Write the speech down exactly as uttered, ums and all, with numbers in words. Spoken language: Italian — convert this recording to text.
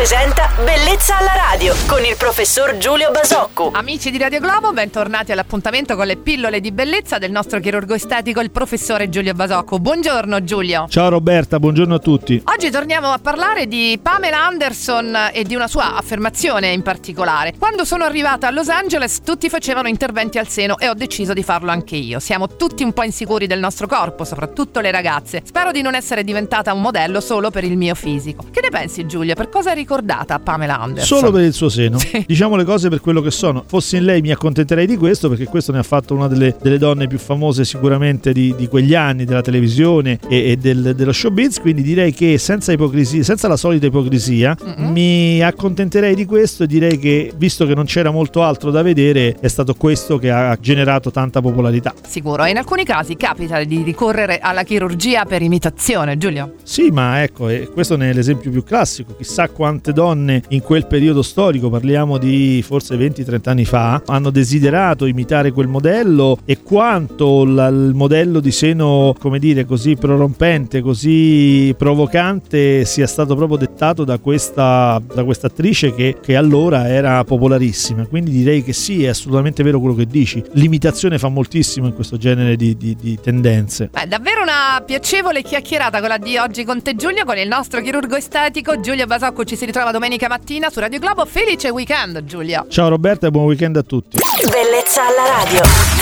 presenta Bellezza alla radio con il professor Giulio Basocco. Amici di Radio Globo, bentornati all'appuntamento con le pillole di bellezza del nostro chirurgo estetico, il professore Giulio Basocco. Buongiorno Giulio. Ciao Roberta, buongiorno a tutti. Oggi torniamo a parlare di Pamela Anderson e di una sua affermazione in particolare. Quando sono arrivata a Los Angeles tutti facevano interventi al seno e ho deciso di farlo anche io. Siamo tutti un po' insicuri del nostro corpo, soprattutto le ragazze. Spero di non essere diventata un modello solo per il mio fisico. Che ne pensi Giulio? Per cosa è ricordata Pamela Anderson? Solo per il suo seno. Sì. Diciamo le cose per quello che sono. Fossi in lei mi accontenterei di questo, perché questo ne ha fatto una delle, delle donne più famose sicuramente di, di quegli anni, della televisione e, e del, dello showbiz. Quindi direi che senza ipocrisia, senza la solita ipocrisia, mm-hmm. mi accontenterei di questo e direi che, visto che non c'era molto altro da vedere, è stato questo che ha generato tanta popolarità. Sicuro. E in alcuni casi capita di ricorrere alla chirurgia per imitazione, Giulio? Sì, ma ecco, e questo ne è l'esempio più classico. Chissà quante donne in quel periodo storico, parliamo di forse venti trenta anni fa, hanno desiderato imitare quel modello, e quanto la, il modello di seno, come dire, così prorompente, così provocante sia stato proprio dettato da questa da questa attrice che, che allora era popolarissima. Quindi direi che sì, è assolutamente vero quello che dici. L'imitazione fa moltissimo in questo genere di, di, di tendenze. È davvero una piacevole chiacchierata quella di oggi con te Giulio, con il nostro chirurgo estetico Giulio Basocco. Ci si ritrova domenica mattina su Radio Globo. Felice weekend Giulio. Ciao Roberta e buon weekend a tutti. Bellezza alla radio.